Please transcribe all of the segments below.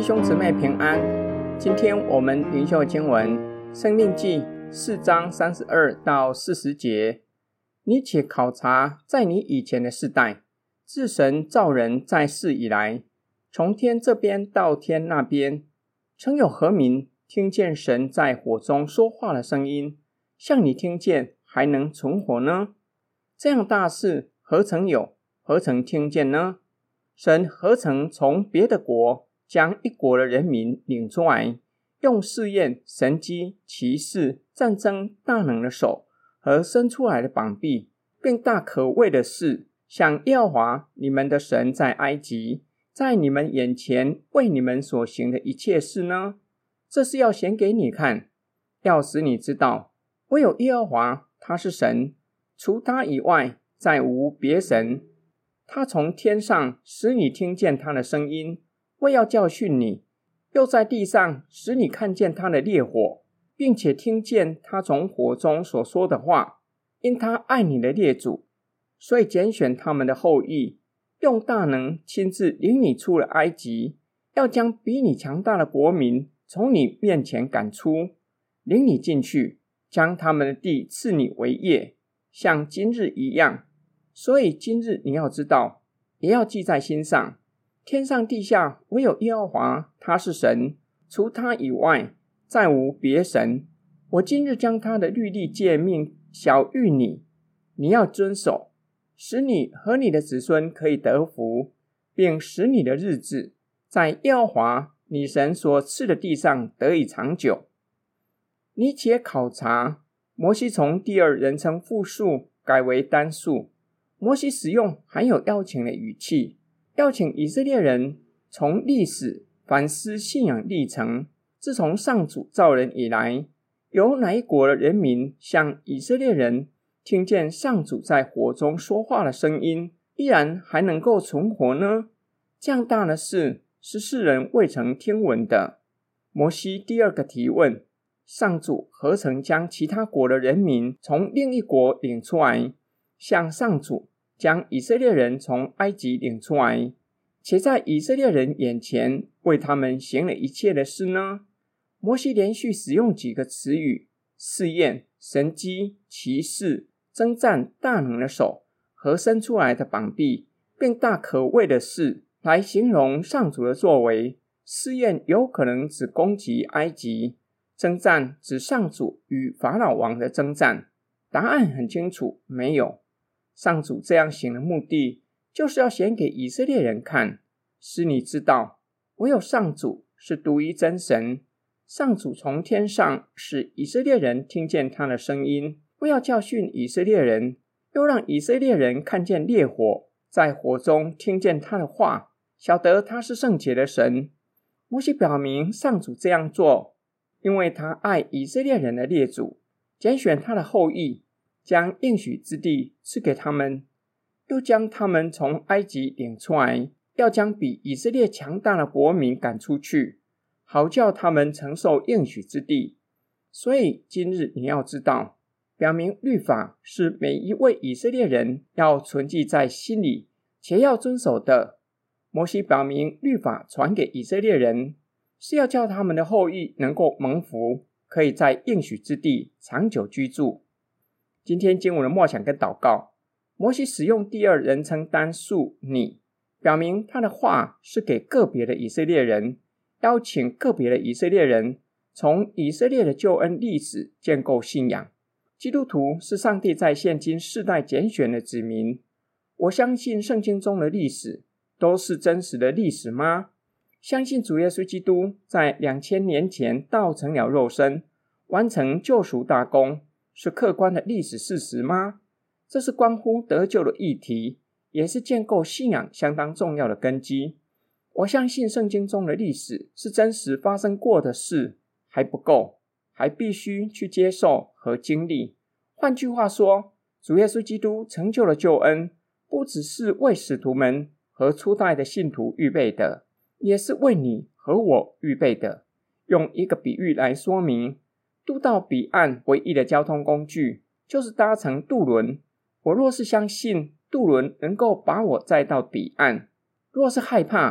兄姊妹平安。今天我们灵修经文申命记4章32到40节。你且考察在你以前的世代，自神造人在世以来，从天这边到天那边，曾有何民听见神在火中说话的声音，像你听见还能存活呢？这样大事何曾有，何曾听见呢？神何曾从别的国将一国的人民领出来，用试验、神迹、奇事、战争大能的手和伸出来的膀臂，并大可畏的事，像耶和华你们的神在埃及，在你们眼前为你们所行的一切事呢？这是要显给你看，要使你知道，唯有耶和华他是神，除他以外再无别神。他从天上使你听见他的声音，为要教训你，又在地上使你看见他的烈火，并且听见他从火中所说的话。因他爱你的列祖，所以拣选他们的后裔，用大能亲自领你出了埃及，要将比你强大的国民从你面前赶出，领你进去，将他们的地赐你为业，像今日一样。所以今日你要知道，也要记在心上，天上地下唯有耶和华他是神，除他以外再无别神。我今日将他的律例诫命晓谕你，你要遵守，使你和你的子孙可以得福，并使你的日子在耶和华你神所赐的地上得以长久。你且考察，摩西从第二人称复数改为单数。摩西使用含有邀请的语气，邀请以色列人从历史反思信仰历程。自从上主造人以来，有哪一国的人民像以色列人听见上主在火中说话的声音，依然还能够存活呢？这样大的事是世人未曾听闻的。摩西第二个提问，上主何曾将其他国的人民从另一国领出来，像上主将以色列人从埃及领出来，且在以色列人眼前为他们行了一切的事呢？摩西连续使用几个词语，试验、神迹、奇事、征战大能的手和伸出来的膀臂，并大可畏的事，来形容上主的作为。试验有可能指攻击埃及，征战指上主与法老王的征战。答案很清楚，没有。上主这样行的目的，就是要显给以色列人看，使你知道，唯有上主是独一真神。上主从天上使以色列人听见他的声音，为要教训以色列人，又让以色列人看见烈火，在火中听见他的话，晓得他是圣洁的神。摩西表明上主这样做，因为他爱以色列人的列祖，拣选他的后裔，将应许之地赐给他们，又将他们从埃及领出来，要将比以色列强大的国民赶出去，好叫他们承受应许之地。所以今日你要知道，表明律法是每一位以色列人要存记在心里，且要遵守的。摩西表明律法传给以色列人，是要叫他们的后裔能够蒙福，可以在应许之地长久居住。今天经文的默想跟祷告，摩西使用第二人称单数你，表明他的话是给个别的以色列人，邀请个别的以色列人从以色列的救恩历史建构信仰。基督徒是上帝在现今世代拣选的子民。我相信圣经中的历史都是真实的历史吗？相信主耶稣基督在2000年前道成了肉身，完成救赎大功，是客观的历史事实吗？这是关乎得救的议题，也是建构信仰相当重要的根基。我相信圣经中的历史是真实发生过的事，还不够，还必须去接受和经历。换句话说，主耶稣基督成就了救恩，不只是为使徒们和初代的信徒预备的，也是为你和我预备的。用一个比喻来说明，渡到彼岸唯一的交通工具就是搭乘渡轮。我若是相信渡轮能够把我载到彼岸，若是害怕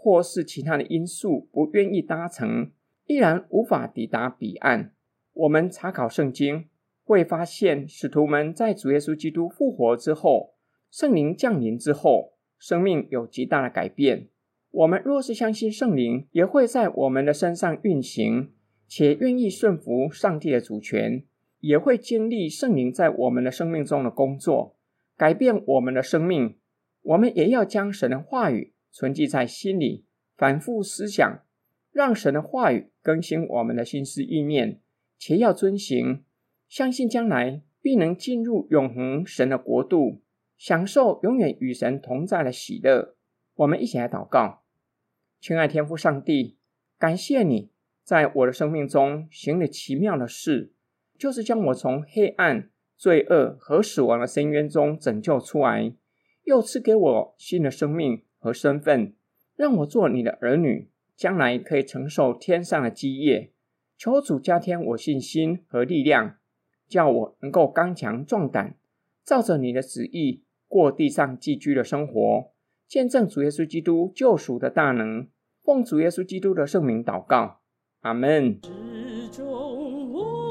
或是其他的因素不愿意搭乘，依然无法抵达彼岸。我们查考圣经，会发现使徒们在主耶稣基督复活之后，圣灵降临之后，生命有极大的改变。我们若是相信圣灵也会在我们的身上运行，且愿意顺服上帝的主权，也会经历圣灵在我们的生命中的工作，改变我们的生命。我们也要将神的话语存记在心里，反复思想，让神的话语更新我们的心思意念，且要遵行，相信将来必能进入永恒神的国度，享受永远与神同在的喜乐。我们一起来祷告。亲爱天父上帝，感谢你在我的生命中行了奇妙的事，就是将我从黑暗、罪恶和死亡的深渊中拯救出来，又赐给我新的生命和身份，让我做你的儿女，将来可以承受天上的基业。求主加添我信心和力量，叫我能够刚强壮胆，照着你的旨意过地上寄居的生活，见证主耶稣基督救赎的大能。奉主耶稣基督的圣名祷告，阿们。